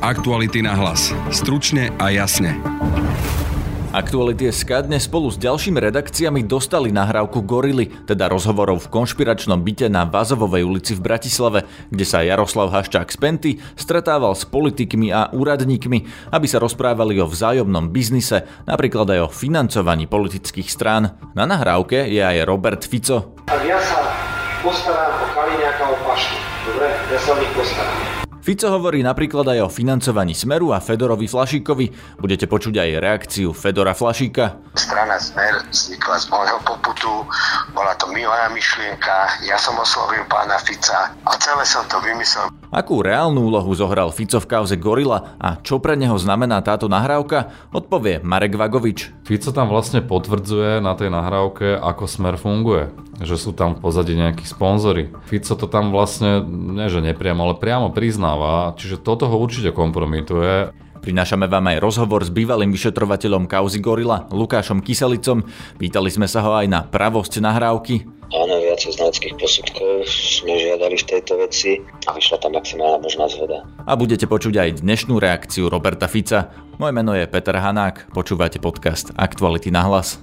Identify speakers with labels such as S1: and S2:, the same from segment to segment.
S1: Aktuality na hlas. Stručne a jasne.
S2: Aktuality.sk dnes spolu s ďalšími redakciami dostali nahrávku Gorily, teda rozhovorov v konšpiračnom byte na Vazovovej ulici v Bratislave, kde sa Jaroslav Haščák z Penty stretával s politikmi a úradníkmi, aby sa rozprávali o vzájomnom biznise, napríklad aj o financovaní politických strán. Na nahrávke je aj Robert Fico.
S3: A ja sa postarám o Kaliňáka, o Pašku. Dobre, ja sa o nich postaram.
S2: Fico hovorí napríklad aj o financovaní Smeru a Fedorovi Flašíkovi. Budete počuť aj reakciu Fedora Flašíka.
S4: Strana Smer vznikla z môjho poputu, bola to moja myšlienka, ja som oslovil pána Fica a celé som to vymyslel.
S2: Akú reálnu úlohu zohral Fico v kauze Gorila a čo pre neho znamená táto nahrávka, odpovie Marek Vagovič.
S5: Fico tam vlastne potvrdzuje na tej nahrávke, ako Smer funguje. Že sú tam v pozadí nejakí sponzori. Fico to tam vlastne, nie že nepriamo, ale priamo priznáva, čiže toto ho určite kompromituje.
S2: Prinášame vám aj rozhovor s bývalým vyšetrovateľom kauzy Gorila, Lukášom Kyselicom. Pýtali sme sa ho aj na pravosť nahrávky.
S6: Áno, viacej znaleckých posudkov sme žiadali v tejto veci a vyšla tam maximálna možná zhoda.
S2: A budete počuť aj dnešnú reakciu Roberta Fica. Moje meno je Peter Hanák, počúvate podcast Aktuality na hlas.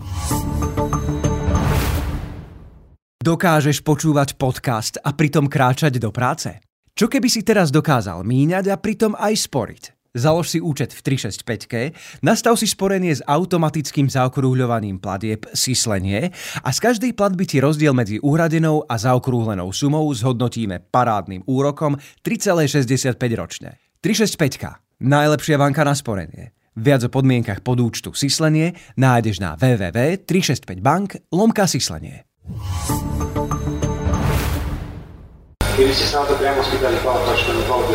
S7: Dokážeš počúvať podcast a pritom kráčať do práce? Čo keby si teraz dokázal míňať a pritom aj sporiť? Založ si účet v 365, nastav si sporenie s automatickým zaokrúhľovaním platieb Syslenie a z každej platby ti rozdiel medzi uhradenou a zaokrúhlenou sumou zhodnotíme parádnym úrokom 3,65 ročne. 365, najlepšia banka na sporenie. Viac o podmienkach podúčtu Syslenie nájdeš na www.365bank/Syslenie.
S3: Keby ste sa na to priamo spýtali Pavla Pačka,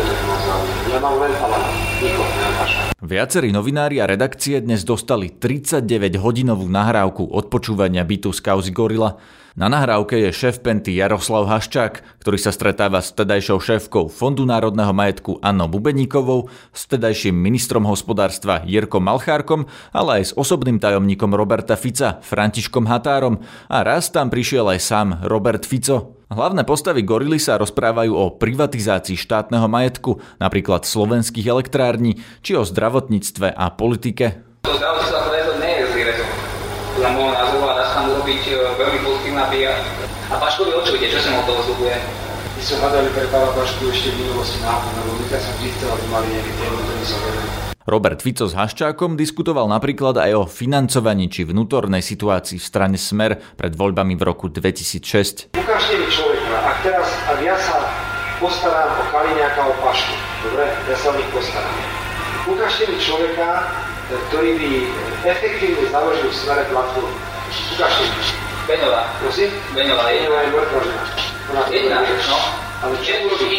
S3: ja mám len Pavla, nikoho nemám Pačka.
S2: Viacerí novinári a redakcie dnes dostali 39-hodinovú nahrávku odpočúvania bytu z kauzy Gorila. Na nahrávke je šéf Penty Jaroslav Haščák, ktorý sa stretáva s vtedajšou šéfkou Fondu národného majetku Annou Bubeníkovou, s vtedajším ministrom hospodárstva Jirkom Malchárkom, ale aj s osobným tajomníkom Roberta Fica, Františkom Határom, a raz tam prišiel aj sám Robert Fico. Hlavné postavy Gorily sa rozprávajú o privatizácii štátneho majetku, napríklad slovenských elektrární, či o zdravotníctve a politike.
S8: Zdravotníctvo ako rezort nie je zlý rezort. Podľa môjho názoru a dá sa tam urobiť veľmi pozitívna PR. A Paškovi očujte, čo sa mu toho zľubuje?
S3: My sme hľadali pre Pavla Pačku ešte v minulosti nápad, lebo my som vždy chcel, aby mali nejaké tie vnútorné závery.
S2: Robert Fico s Haščákom diskutoval napríklad aj o financovaní či vnútornej situácii v strane Smer pred voľbami v roku 2006.
S3: Ukážte mi človeka, ak ja sa postarám o Kaliňáka, o Pašku. Dobre, ja sa o nich postaram. Ukážte mi človeka, ktorý by efektívne založil v Smere platformu. Ukážte mi.
S8: Beňová.
S3: Prosím?
S8: Beňová je
S3: Beňová je mŕtva žena.
S8: Jediná, no.
S3: Ale čo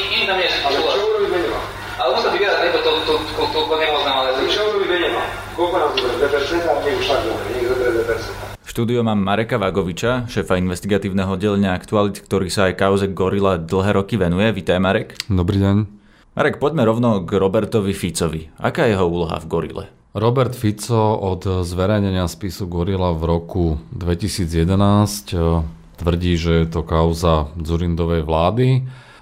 S3: urobí Beňová?
S8: Ale musím vyberať, lebo to nepoznám, ale...
S3: Čo urobí Beňová? Koľko nás zoberie? 2%? A nech už tak dobre, nech zoberie 2%.
S2: V štúdiu mám Mareka Vagoviča, šéfa investigatívneho oddelenia Aktuality, ktorý sa aj kauze Gorila dlhé roky venuje. Vítaj, Marek.
S5: Dobrý deň.
S2: Marek, poďme rovno k Robertovi Ficovi. Aká je jeho úloha v Gorile?
S5: Robert Fico od zverejnenia spisu Gorila v roku 2011 tvrdí, že je to kauza Dzurindovej vlády.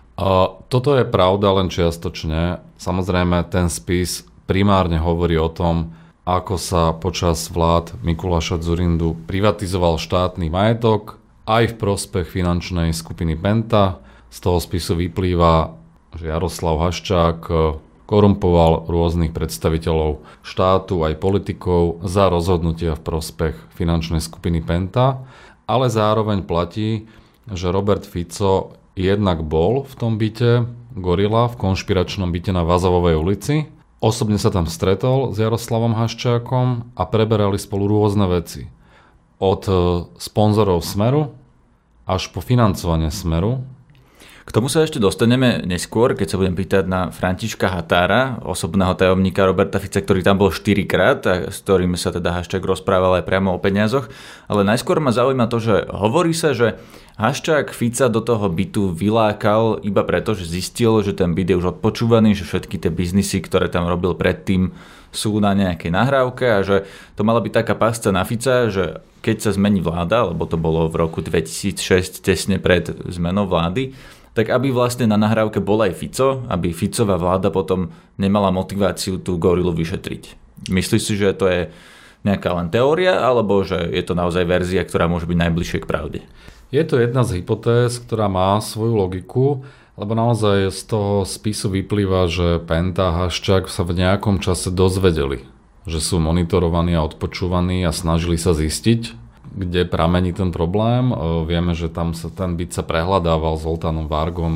S5: Toto je pravda len čiastočne. Samozrejme, ten spis primárne hovorí o tom, ako sa počas vlád Mikuláša Dzurindu privatizoval štátny majetok aj v prospech finančnej skupiny Penta. Z toho spisu vyplýva, že Jaroslav Haščák korumpoval rôznych predstaviteľov štátu aj politikov za rozhodnutia v prospech finančnej skupiny Penta, ale zároveň platí, že Robert Fico jednak bol v tom byte Gorila, v konšpiračnom byte na Vazovovej ulici. Osobne sa tam stretol s Jaroslavom Haščákom a preberali spolu rôzne veci. Od sponzorov Smeru až po financovanie Smeru.
S2: K tomu sa ešte dostaneme neskôr, keď sa budem pýtať na Františka Határa, osobného tajomníka Roberta Fica, ktorý tam bol 4-krát a s ktorým sa teda Haščák rozprával aj priamo o peniazoch. Ale najskôr ma zaujíma to, že hovorí sa, že Haščák Fica do toho bytu vylákal iba preto, že zistil, že ten byt je už odpočúvaný, že všetky tie biznisy, ktoré tam robil predtým, sú na nejakej nahrávke a že to mala byť taká pasca na Fica, že keď sa zmení vláda, lebo to bolo v roku 2006 tesne pred zmenou vlády, tak aby vlastne na nahrávke bol aj Fico, aby Ficová vláda potom nemala motiváciu tú gorilu vyšetriť. Myslíš si, že to je nejaká len teória, alebo že je to naozaj verzia, ktorá môže byť najbližšie k pravde?
S5: Je to jedna z hypotéz, ktorá má svoju logiku, lebo naozaj z toho spisu vyplýva, že Penta a Haščák sa v nejakom čase dozvedeli, že sú monitorovaní a odpočúvaní a snažili sa zistiť, kde pramení ten problém. Vieme, že tam sa ten byt sa prehľadával s Zoltánom Vargom,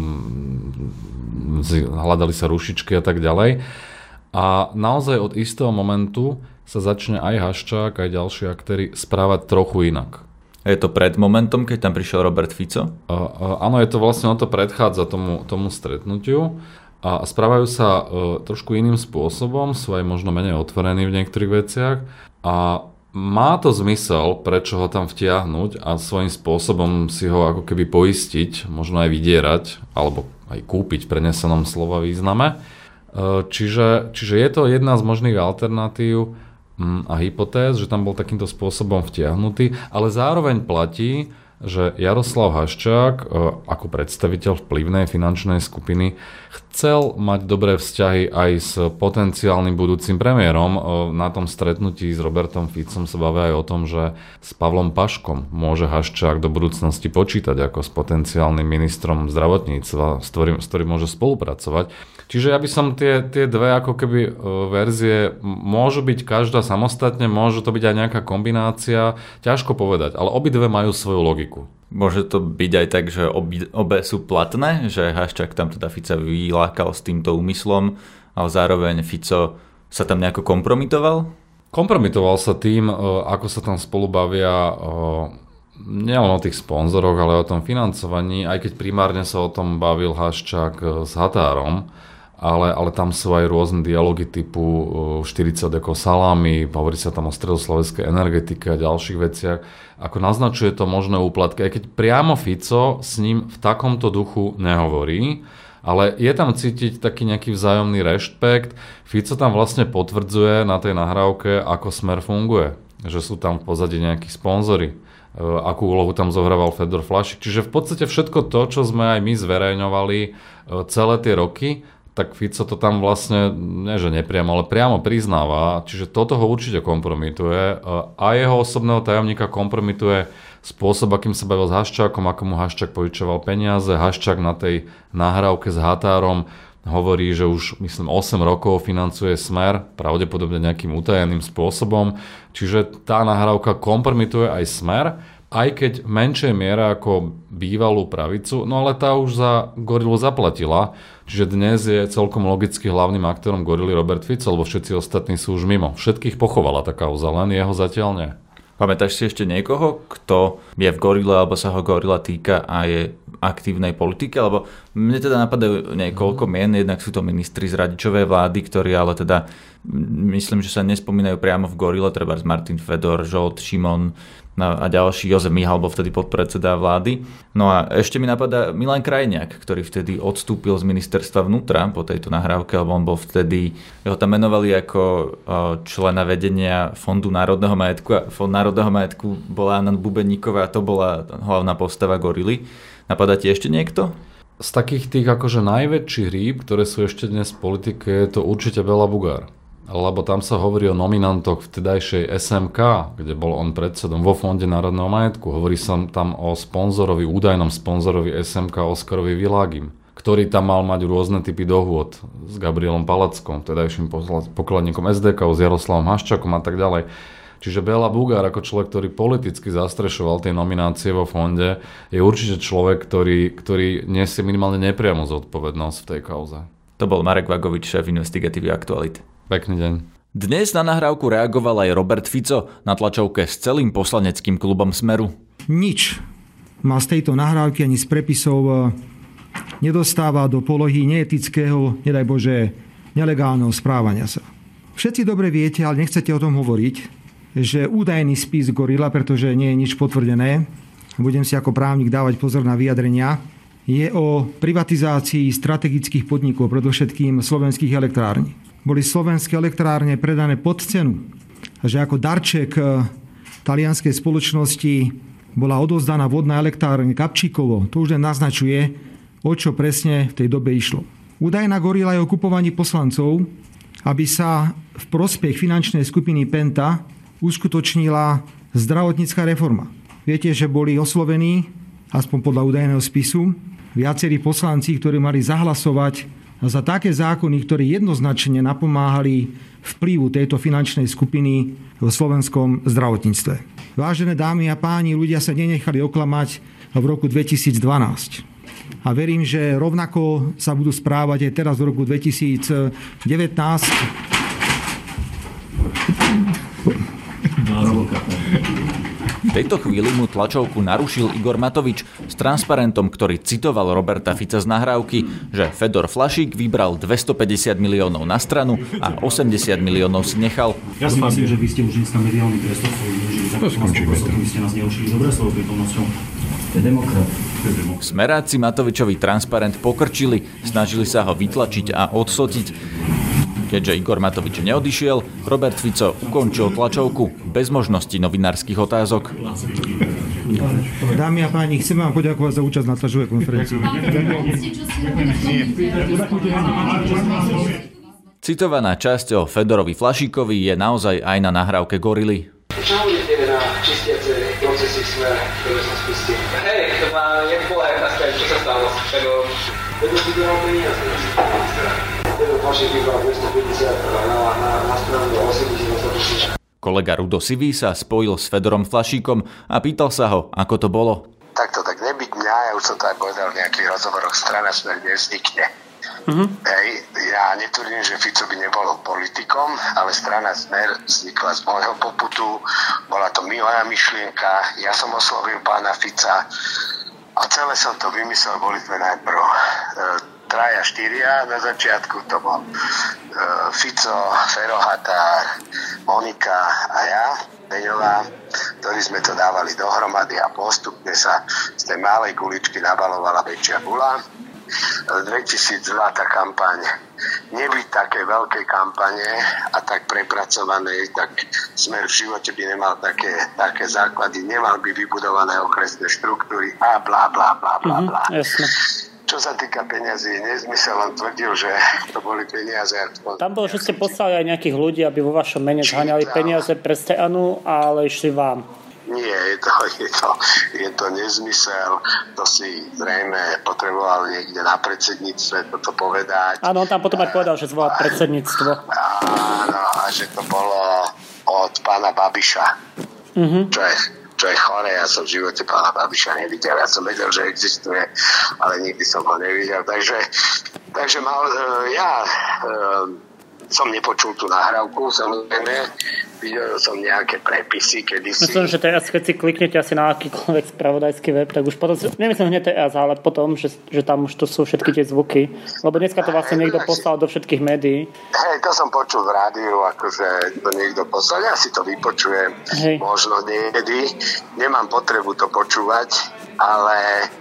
S5: hľadali sa rušičky a tak ďalej. A naozaj od istého momentu sa začne aj Haščák, aj ďalší aktéri správať trochu inak.
S2: Je to pred momentom, keď tam prišiel Robert Fico?
S5: Áno, je to vlastne, to predchádza tomu stretnutiu a správajú sa trošku iným spôsobom, sú aj možno menej otvorení v niektorých veciach a má to zmysel, prečo ho tam vtiahnuť a svojím spôsobom si ho ako keby poistiť, možno aj vydierať, alebo aj kúpiť v prenesenom slova význame. Čiže je to jedna z možných alternatív a hypotéz, že tam bol takýmto spôsobom vtiahnutý, ale zároveň platí, že Jaroslav Haščák ako predstaviteľ vplyvnej finančnej skupiny chcel mať dobré vzťahy aj s potenciálnym budúcim premiérom. Na tom stretnutí s Robertom Ficom sa bavia aj o tom, že s Pavlom Paškom môže Haščák do budúcnosti počítať ako s potenciálnym ministrom zdravotníctva, s ktorým môže spolupracovať. Čiže ja by som tie dve ako keby verzie, môžu byť každá samostatne, môže to byť aj nejaká kombinácia, ťažko povedať, ale obidve majú svoju logiku.
S2: Môže to byť aj tak, že obe sú platné, že Haščák tam teda Fica vylákal s týmto úmyslom, ale zároveň Fico sa tam nejako kompromitoval?
S5: Kompromitoval sa tým, ako sa tam spolu bavia nielen o tých sponzoroch, ale o tom financovaní, aj keď primárne sa o tom bavil Haščák s Határom, ale tam sú aj rôzne dialógy typu 40 ako salámy, hovorí sa tam o stredoslovenskej energetike a ďalších veciach. Ako naznačuje to možné úplatky, aj keď priamo Fico s ním v takomto duchu nehovorí, ale je tam cítiť taký nejaký vzájomný rešpekt. Fico tam vlastne potvrdzuje na tej nahrávke, ako Smer funguje, že sú tam v pozadí nejakí sponzori, akú úlohu tam zohrával Fedor Flašik. Čiže v podstate všetko to, čo sme aj my zverejňovali celé tie roky, tak Fico to tam vlastne, nie že nepriamo, ale priamo priznáva. Čiže toto ho určite kompromituje a jeho osobného tajomníka kompromituje spôsob, akým sa bavil s Haščákom, ako mu Haščák požičoval peniaze. Haščák na tej nahrávke s Határom hovorí, že už myslím 8 rokov financuje Smer, pravdepodobne nejakým utajeným spôsobom. Čiže tá nahrávka kompromituje aj Smer, aj keď v menšej miere ako bývalú pravicu, no ale tá už za Gorilu zaplatila. Čiže dnes je celkom logicky hlavným aktérom Gorily Robert Fico, lebo všetci ostatní sú už mimo. Všetkých pochovala tá kauza, len jeho zatiaľ nie.
S2: Pamätáš si ešte niekoho, kto je v Gorile alebo sa ho Gorila týka a je v aktívnej politike? Lebo mne teda napadajú niekoľko mien, jednak sú to ministri z Radičovej vlády, ktorí ale teda myslím, že sa nespomínajú priamo v Gorile, treba Martin Fedor, Žolt, Šimon a ďalší, Jozef Mihal bol vtedy podpredseda vlády. No a ešte mi napadá Milan Krajniak, ktorý vtedy odstúpil z ministerstva vnútra po tejto nahrávke, lebo on bol vtedy, ho tam menovali ako člena vedenia Fondu národného majetku a Fond národného majetku bola Anna Bubeníková a to bola hlavná postava Gorily. Napadá ti ešte niekto?
S5: Z takých tých akože najväčších rýb, ktoré sú ešte dnes v politike, je to určite Béla Bugár. Lebo tam sa hovorí o nominantoch vtedajšej SMK, kde bol on predsedom vo Fonde národného majetku. Hovorí sa tam o sponzorovi, údajnom sponzorovi SMK Oskarovi Világim, ktorý tam mal mať rôzne typy dohôd s Gabrielom Palackom, vtedajším pokladníkom SDK, s Jaroslavom Haščákom a tak ďalej. Čiže Béla Bugár ako človek, ktorý politicky zastrešoval tie nominácie vo fonde, je určite človek, ktorý nesie minimálne nepriamu zodpovednosť v tej kauze.
S2: To bol Marek Vagovič, šéf investigatívy Aktuality.
S5: Pekný deň.
S2: Dnes na nahrávku reagoval aj Robert Fico na tlačovke s celým poslaneckým klubom Smeru.
S9: Nič ma z tejto nahrávky ani z prepisov nedostáva do polohy neetického, nedaj Bože, nelegálneho správania sa. Všetci dobre viete, ale nechcete o tom hovoriť, že údajný spis Gorila, pretože nie je nič potvrdené, budem si ako právnik dávať pozor na vyjadrenia, je o privatizácii strategických podnikov, predovšetkým slovenských elektrární. Boli slovenské elektrárne predané pod cenu. A že ako darček talianskej spoločnosti bola odovzdaná vodná elektrárne Kapčíkovo. To už len naznačuje o čo presne v tej dobe išlo. Údajná gorila je o kupovaní poslancov, aby sa v prospech finančnej skupiny Penta uskutočnila zdravotnícka reforma. Viete, že boli oslovení, aspoň podľa údajného spisu, viacerí poslanci, ktorí mali zahlasovať za také zákony, ktoré jednoznačne napomáhali vplyvu tejto finančnej skupiny v slovenskom zdravotníctve. Vážené dámy a páni, ľudia sa nenechali oklamať v roku 2012. A verím, že rovnako sa budú správať aj teraz v roku 2019.
S2: V tejto chvíli mu tlačovku narušil Igor Matovič s transparentom, ktorý citoval Roberta Fica z nahrávky, že Fedor Flašík vybral 250 miliónov na stranu a 80 miliónov si nechal.
S10: Ja si myslím, že vy ste už dneska mediálny priestor využili za vy ste nás neušili dobré slovo prítomnosťou. To je demokrat.
S2: Smeráci Matovičovi transparent pokrčili, snažili sa ho vytlačiť a odsotiť. Keďže Igor Matovič neodišiel, Robert Fico ukončil tlačovku bez možnosti novinárskych otázok.
S9: Dámy a páni, chcem vám poďakovať za účasť na tlačovej konferencii.
S2: Citovaná časť o Fedorovi Flašíkovi je naozaj aj na nahrávke Gorily.
S3: Čo hovoríte na čistiace procesy v Smere, ktoré som spustil?
S8: Hej, to má nebola otázka, čo sa stalo s Fedorom.
S3: Fedor si dal peniaze na Fedor Flašík vybral 250 na stranu do 80.
S2: Kolega Rudo Sivý sa spojil s Fedorom Flašíkom a pýtal sa ho, ako to bolo.
S4: Tak nebyť mňa, ja už som to aj povedal v nejakých rozhovoroch, strana Smer nevznikne. Hej, ja netvrdím, že Fico by nebol politikom, ale strana Smer vznikla z môjho poputu, bola to moja myšlienka, ja som oslovil pána Fica a celé som to vymyslel, boli sme najprv 3-4, na začiatku to bol Fico, Fero Határ, Monika a ja, Beňová, ktorí sme to dávali dohromady a postupne sa z tej malej guličky nabalovala väčšia gula. 2002 tá kampaň, nebyť také veľké kampane a tak prepracované, tak Smer v živote by nemal také základy, nemal by vybudované okresné štruktúry a blá, blá, blá, blá, blá. Čo sa týka peniazy, nezmysel, on tvrdil, že to boli peniaze.
S11: Tam bolo, že ste poslali aj nejakých ľudí, aby vo vašom mene zháňali peniaze pre Steanu, ale išli vám.
S4: Nie, je to nezmysel, to si zrejme potreboval niekde na predsedníctve toto povedať.
S11: Áno, on tam potom aj povedal, že zvolal predsedníctvo.
S4: Áno, a že to bolo od pána Babiša, čo je chore, ja som v živote pána Babiša nevidel, ja som vedel, že existuje, ale nikdy som ho nevidel, takže som nepočul tú nahrávku, samozrejme, videl som nejaké prepisy kedysi.
S11: Myslím, že teraz, keď si kliknete asi na akýkoľvek spravodajský web, tak už potom, nemyslím hneď teraz, ale potom, že tam už to sú všetky tie zvuky, lebo dneska to vlastne niekto poslal do všetkých médií.
S4: Hej, to som počul v rádiu, akože to niekto poslal, ja si to vypočujem, možno niekedy, nemám potrebu to počúvať, ale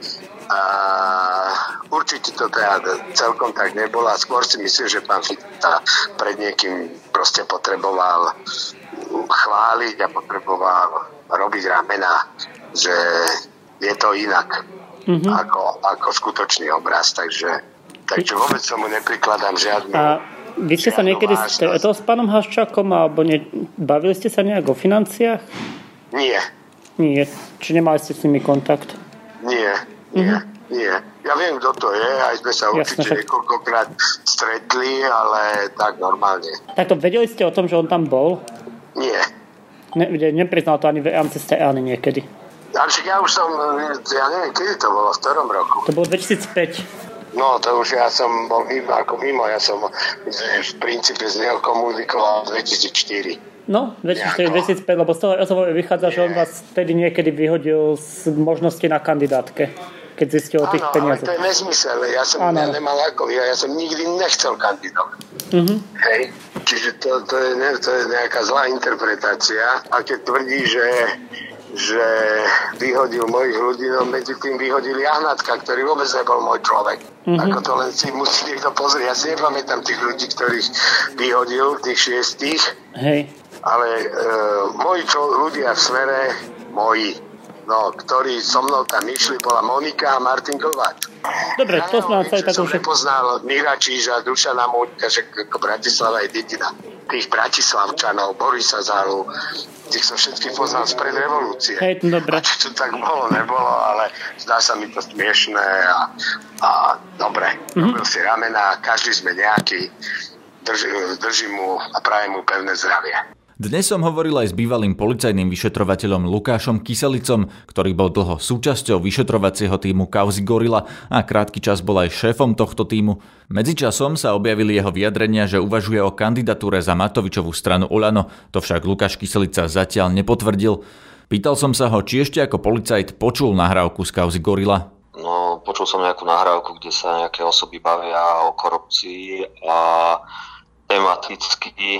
S4: určite to teda celkom tak nebolo a skôr si myslím, že pán Fica pred niekým proste potreboval chváliť a potreboval robiť ramena, že je to inak ako skutočný obraz, takže vôbec tomu neprikladám žiadnu.
S11: A vy ste sa niekedy stretol s pánom Haščákom alebo bavili ste sa nejak o financiách? Nie. Či nemali ste s nimi kontakt?
S4: Nie. Ja viem, kto to je, aj sme sa určite niekoľkokrát stretli, ale tak normálne.
S11: Takto vedeli ste o tom, že on tam bol?
S4: Nie.
S11: Nepriznal to ani v rámci Steany niekedy?
S4: Ja už som, ja neviem, kedy to bolo, v ktorom roku?
S11: To bolo 2005.
S4: No, to už ja som bol mimo, ja som v princípe z neho komunikoval v 2004.
S11: No, 2005, lebo z toho rozhovoru vychádza, že on vás vtedy niekedy vyhodil z možnosti na kandidátke, keď zistil o tých peniazoch.
S4: Áno, ale to je nezmysel, ja nemal ja som nikdy nechcel kandidovať. Hej, čiže to je nejaká zlá interpretácia a keď tvrdí, že vyhodil mojich ľudí, no medzi tým vyhodil Jahnatka, ktorý vôbec nebol môj človek. Ako to len si musí niekto pozrieť. Ja si nepamätám tých ľudí, ktorých vyhodil, tých 6.
S11: Hej.
S4: Ale moji ľudia v Smere, moji, ktorí so mnou tam išli, bola Monika a Martin Glvát.
S11: Dobre, to sme nadsali takú
S4: všetko. Som nepoznal Míra Číža, Dušana Múďka, že Bratislava je dedina tých Bratislavčanov, Borisa Zálu, tých som všetkých poznal spred revolúcie.
S11: Hej, dobre.
S4: A či to tak bolo, nebolo, ale zdá sa mi to smiešné a dobre. Robil si ramena, každý sme nejaký, držím mu a prajem mu pevné zdravie.
S2: Dnes som hovoril aj s bývalým policajným vyšetrovateľom Lukášom Kyselicom, ktorý bol dlho súčasťou vyšetrovacieho tímu kauzy Gorila a krátky čas bol aj šéfom tohto tímu. Medzičasom sa objavili jeho vyjadrenia, že uvažuje o kandidatúre za Matovičovú stranu Oľano, to však Lukáš Kyselica zatiaľ nepotvrdil. Pýtal som sa ho, či ešte ako policajt počul nahrávku z kauzy Gorila.
S6: No, počul som nejakú nahrávku, kde sa nejaké osoby bavia o korupcii a tematicky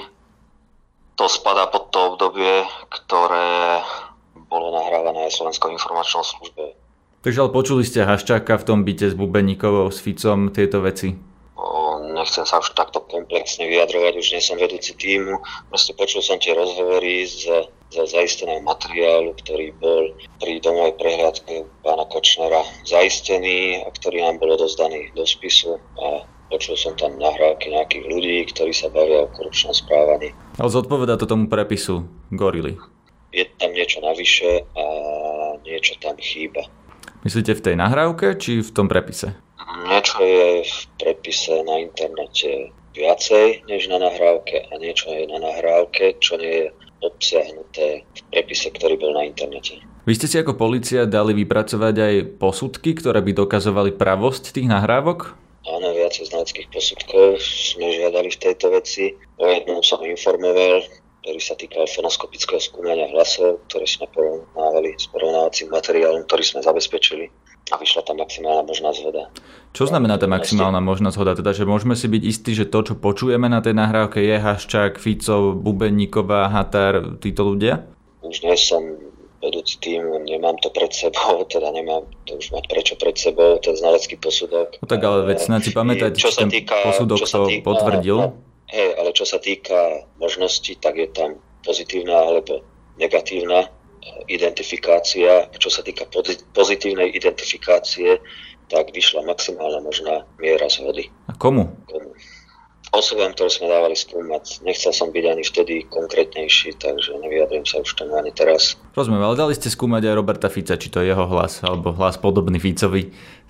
S6: to spadá pod to obdobie, ktoré bolo nahrávané aj Slovenskou informačnou službou.
S2: Takže ale počuli ste Haščáka v tom byte s Bubeníkovou, s Ficom, tieto veci?
S6: Nechcem sa už takto komplexne vyjadrovať, už nie som vedúci tímu. Proste počul som tie rozhovory z zaisteného materiálu, ktorý bol pri domovej prehliadke pána Kočnera zaistený a ktorý nám bol odovzdaný do spisu a počul som tam nahrávky nejakých ľudí, ktorí sa bavia o korupčnom správaní.
S2: Ale zodpovedá to tomu prepisu Gorily?
S6: Je tam niečo navyše a niečo tam chýba.
S2: Myslíte v tej nahrávke, či v tom prepise?
S6: Niečo je v prepise na internete viacej než na nahrávke a niečo je na nahrávke, čo nie je obsiahnuté v prepise, ktorý bol na internete.
S2: Vy ste si ako polícia dali vypracovať aj posudky, ktoré by dokazovali pravosť tých nahrávok?
S6: Áno, viacej znaleckých posudkov sme žiadali v tejto veci. O jednom som informoval, ktorý sa týkal fonoskopického skúmania hlasov, ktoré sme porovnávali s porovnávacím materiálom, ktorý sme zabezpečili a vyšla tam maximálna možná zhoda.
S2: Čo znamená tá maximálna možná zhoda? Teda, že môžeme si byť istí, že to, čo počujeme na tej nahrávke, je Haščák, Fico, Bubeníková, Határ, títo ľudia?
S6: Už nie som vedúci týmu, nemám to pred sebou, teda nemám to už mať prečo pred sebou, ten znalecký posudok.
S2: No tak ale veď snáď si pamätáte, či ten posudok to potvrdil?
S6: Hej, ale čo sa týka možností, tak je tam pozitívna alebo negatívna identifikácia. A čo sa týka pozitívnej identifikácie, tak vyšla maximálna možná miera zhody.
S2: A komu?
S6: Osobám, ktoré sme dávali skúmať. Nechcel som byť ani vtedy konkrétnejší, takže nevyjadrujem sa už tomu ani teraz.
S2: Rozumiem, ale dali ste skúmať aj Roberta Fica, či to je jeho hlas, alebo hlas podobný Ficovi?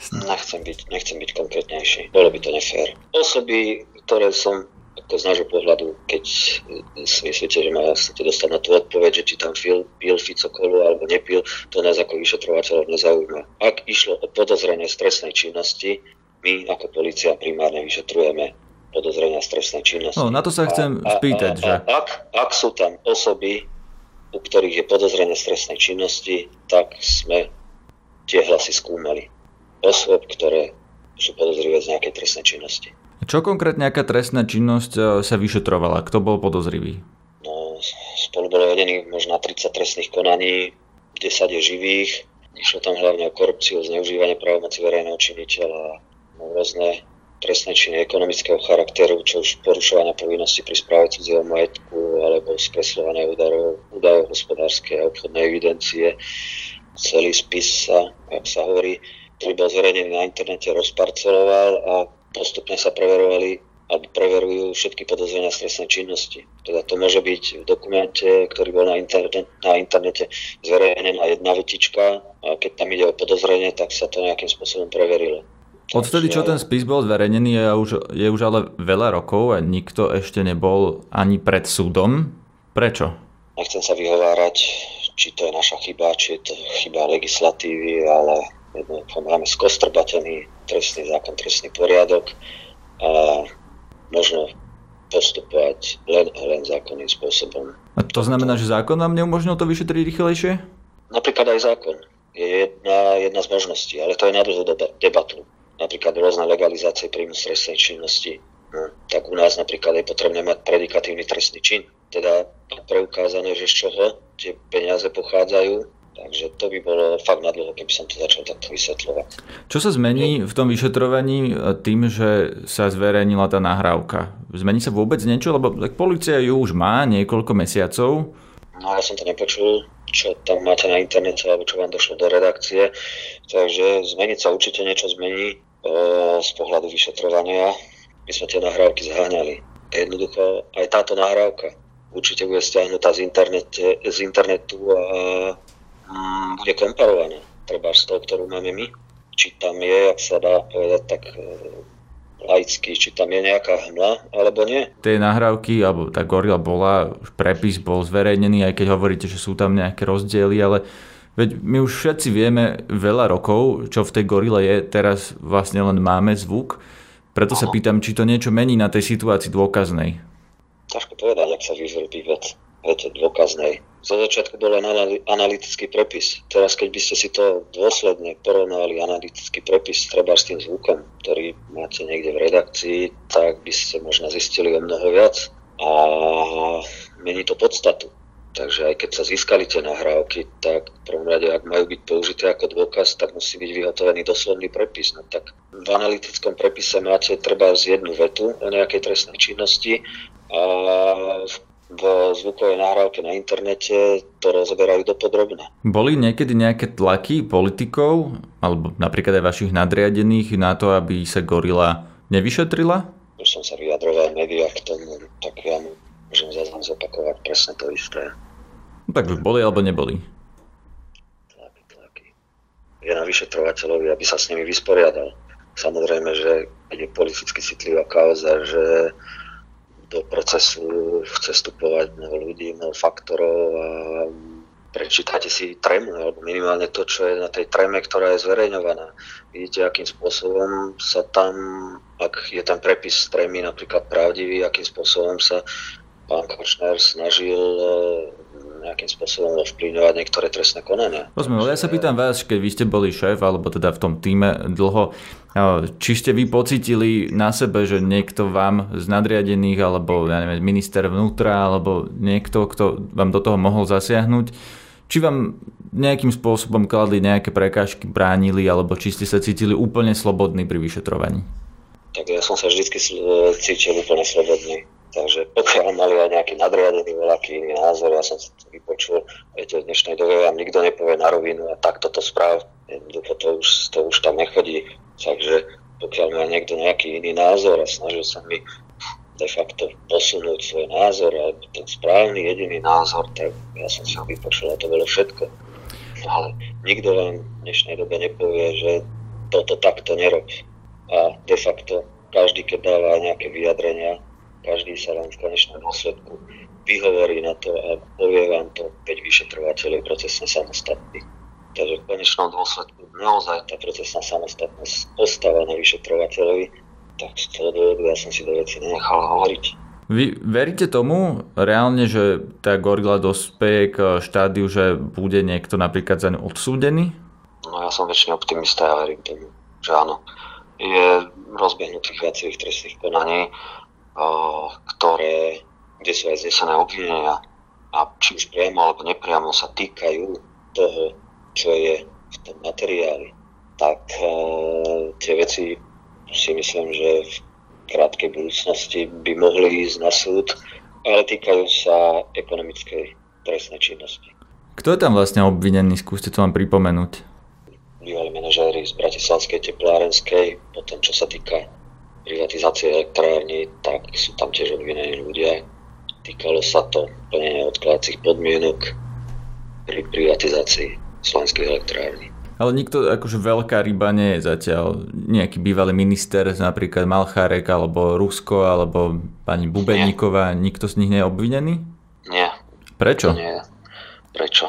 S6: Nechcem byť konkrétnejší. Bolo by to nefér. Osoby, ktoré som ako z nášho pohľadu, keď si myslíte, že ma chcete dostať na tú odpoveď, že či tam pil Fico kolu alebo nepil, to nás ako vyšetrovateľov nezaujíma. Ak išlo o podozrenie z trestnej činnosti, my ako polícia primárne vyšetrujeme podozrenia z trestnej činnosti.
S2: No, na to sa chcem spýtať, že...
S6: Ak sú tam osoby, u ktorých je podozrenie z trestnej činnosti, tak sme tie hlasy skúmali. Osôb, ktoré sú podozrivé z nejakej trestnej činnosti.
S2: Čo konkrétne aká trestná činnosť sa vyšetrovala? Kto bol podozrivý?
S6: No, spolu bolo vedených možno 30 trestných konaní, 10 je živých. Išlo tam hlavne o korupciu, zneužívanie právomoci verejného činiteľa, rôzne trestné činy ekonomického charakteru, čo už porušovania povinnosti pri správe cudzieho majetku alebo skresľovania údajov hospodárskej a obchodnej evidencie. Celý spis sa, ako sa hovorí, ktorý bol zverejnený na internete, rozparceloval a postupne sa preverujú všetky podozrenia z trestnej činnosti. Teda to môže byť v dokumente, ktorý bol na internete zverejnený a jedna vetička a keď tam ide o podozrenie, tak sa to nejakým spôsobom preverilo.
S2: Odvtedy, čo ten spis bol zverejnený, je už ale veľa rokov a nikto ešte nebol ani pred súdom. Prečo?
S6: Nechcem sa vyhovárať, či to je naša chyba, či je to chyba legislatívy, ale máme skostrbatený trestný zákon, trestný poriadok a možno postupovať len zákonným spôsobom.
S2: A to znamená, že zákon vám neumožnil to vyšetriť rýchlejšie?
S6: Napríklad aj zákon je jedna z možností, ale to je na dlhú debatu. Napríklad rôzne legalizácie príjmu z trestnej činnosti. Tak u nás napríklad je potrebné mať predikatívny trestný čin, teda preukázané, že z čoho tie peniaze pochádzajú. Takže to by bolo fakt nadlho, keby som to začal takto vysvetľovať.
S2: Čo sa zmení v tom vyšetrovaní tým, že sa zverejnila tá nahrávka? Zmení sa vôbec niečo? Lebo tak polícia ju už má niekoľko mesiacov.
S6: No ja som to nepočul, čo tam máte na internete alebo čo vám došlo do redakcie. Takže zmeniť sa určite niečo zmení z pohľadu vyšetrovania. My sme tie nahrávky zháňali. Jednoducho aj táto nahrávka určite bude stiahnutá z internetu a bude komparovaná. Treba z toho, ktorú máme my. Či tam je, ak sa dá povedať tak laicky, či tam je nejaká hmla, alebo nie.
S2: Tie nahrávky, alebo tá gorila bola, prepis bol zverejnený, aj keď hovoríte, že sú tam nejaké rozdiely, ale veď my už všetci vieme veľa rokov, čo v tej gorile je, teraz vlastne len máme zvuk, preto sa pýtam, či to niečo mení na tej situácii dôkaznej.
S6: Ťažko povedať, ak sa vyvrbí viete, dôkaznej. Zo začiatku bol analytický prepis. Teraz, keď by ste si to dôsledne porovnali analytický prepis treba s tým zvukom, ktorý máte niekde v redakcii, tak by ste možno zistili o mnoho viac a mení to podstatu. Takže aj keď sa získali tie nahrávky, tak v prvom rade, ak majú byť použité ako dôkaz, tak musí byť vyhotovený doslovný prepis. No tak v analytickom prepise máte treba z jednu vetu o nejakej trestnej činnosti a v zvukovej nahrávke na internete to rozoberajú dopodrobne.
S2: Boli niekedy nejaké tlaky politikov, alebo napríklad aj vašich nadriadených na to, aby sa gorila nevyšetrila?
S6: Už som sa vyjadroval v médiách k tomu, tak ja môžem zase zopakovať presne to isté.
S2: No, tak už boli alebo neboli?
S6: Tlaky. Je na vyšetrovateľovi, aby sa s nimi vysporiadal. Samozrejme, že keď je politicky citlivá kauza, že do procesu chce vstupovať mnoho ľudí, mnoho faktorov a prečítate si trému, alebo minimálne to, čo je na tej tréme, ktorá je zverejňovaná. Vidíte, akým spôsobom sa tam, ak je ten prepis z trémy napríklad pravdivý, akým spôsobom sa pán Kočner snažil nejakým spôsobom ovplyvňovať niektoré trestné konania.
S2: Rozumiem, ale ja sa pýtam vás, keď vy ste boli šéf, alebo teda v tom týme dlho, či ste vy pocítili na sebe, že niekto vám z nadriadených, alebo ja neviem, minister vnútra, alebo niekto, kto vám do toho mohol zasiahnuť, či vám nejakým spôsobom kladli nejaké prekážky, bránili, alebo či ste sa cítili úplne slobodní pri vyšetrovaní?
S6: Tak ja som sa vždy cítil úplne slobodný. Takže pokiaľ mali aj nejaký nadriadený veľký iný názor, ja som si to vypočul, viete, v dnešnej dobe vám nikto nepovie na rovinu a takto to správ, jednoducho to už tam nechodí. Takže pokiaľ má niekto nejaký iný názor a snažil sa mi de facto posunúť svoj názor alebo ten správny jediný názor, tak ja som si ho vypočul a to bolo všetko. Ale nikto vám v dnešnej dobe nepovie, že toto takto nerob. A de facto každý, keď dáva nejaké vyjadrenia, každý sa vám v konečnom dôsledku vyhovorí na to a povie vám to 5 vyšetrovateľov procesne samostatný. Takže v konečnom dôsledku naozaj tá procesná samostatnosť ostáva na vyšetrovateľovi, tak z toho dôvodu ja som si do veci nenechal hovoriť.
S2: Vy veríte tomu reálne, že tá gorila dospeje k štádiu, že bude niekto napríklad za ňu odsúdený?
S6: No ja som väčšine optimista a verím tomu, že áno. Je rozbehnutých viacerých trestných konaní, kde sú aj znesené obvinenia a či už priamo alebo nepriamo sa týkajú toho, čo je v tom materiáli, tak tie veci si myslím, že v krátkej budúcnosti by mohli ísť na súd, ale týkajú sa ekonomickej trestnej činnosti.
S2: Kto je tam vlastne obvinený? Skúste to vám pripomenúť.
S6: Bývalí manažéri z Bratislavskej teplárenskej, potom čo sa týka privatizácie elektrární, tak sú tam tiež obvinení ľudia. Týkalo sa to plnenia odkladacích podmienok pri privatizácii slovenských elektrární.
S2: Ale nikto, akože veľká ryba nie je zatiaľ nejaký bývalý minister, napríklad Malchárek, alebo Rusko, alebo pani Bubeníková, nikto z nich nie je obvinený?
S6: Nie.
S2: Prečo?
S6: Nie. Prečo?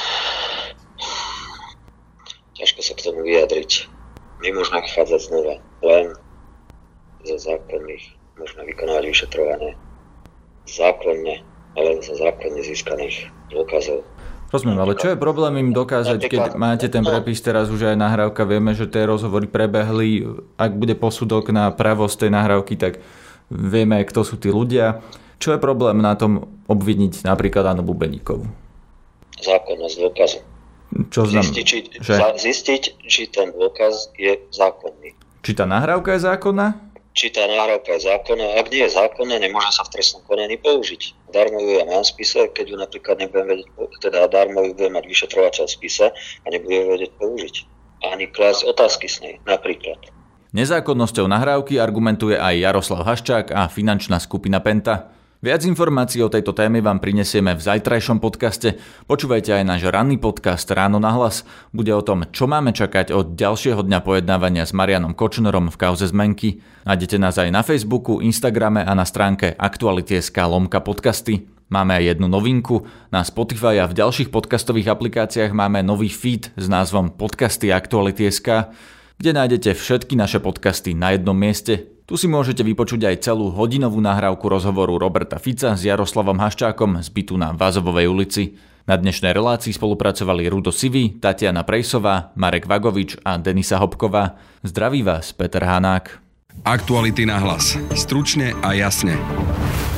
S6: Ťažko sa k tomu vyjadriť. My môžeme vychádzať znova len zo zákonných, môžeme vykonávať vyšetrovanie zákonne, ale zo zákonne získaných dôkazov.
S2: Rozumiem, ale čo je problém im dokázať, keď máte ten prepis teraz už aj nahrávka, vieme, že tie rozhovory prebehli, ak bude posudok na pravosť tej nahrávky, tak vieme, kto sú tí ľudia. Čo je problém na tom obviniť napríklad Annu Bubeníkovú?
S6: Zákonnosť dôkazu.
S2: Čo
S6: zistiť, či ten dôkaz je zákonný.
S2: Či tá nahrávka je zákonná?
S6: či tá nahrávka je zákonná. Ak nie je zákonná, nemôže sa v trestnom konaní použiť. Darmo ju ja mám v spise, keď ju napríklad nebudem vedieť, teda darmo ju budem mať vyšetrovateľ v spise a nebudem vedieť použiť. Ani klásť otázky s nej, napríklad.
S2: Nezákonnosťou nahrávky argumentuje aj Jaroslav Haščák a finančná skupina Penta. Viac informácií o tejto téme vám prinesieme v zajtrajšom podcaste. Počúvajte aj náš ranný podcast Ráno na hlas. Bude o tom, čo máme čakať od ďalšieho dňa pojednávania s Marianom Kočnerom v kauze zmenky. Nájdete nás aj na Facebooku, Instagrame a na stránke aktuality.sk/podcasty. Máme aj jednu novinku. Na Spotify a v ďalších podcastových aplikáciách máme nový feed s názvom Podcasty Aktuality.sk, kde nájdete všetky naše podcasty na jednom mieste. Tu si môžete vypočuť aj celú hodinovú nahrávku rozhovoru Roberta Fica s Jaroslavom Haščákom z bytu na Vázovovej ulici. Na dnešnej relácii spolupracovali Rudo Sivý, Tatiana Prejsová, Marek Vagovič a Denisa Hopková. Zdraví vás Peter Hanák.
S1: Aktuality na hlas. Stručne a jasne.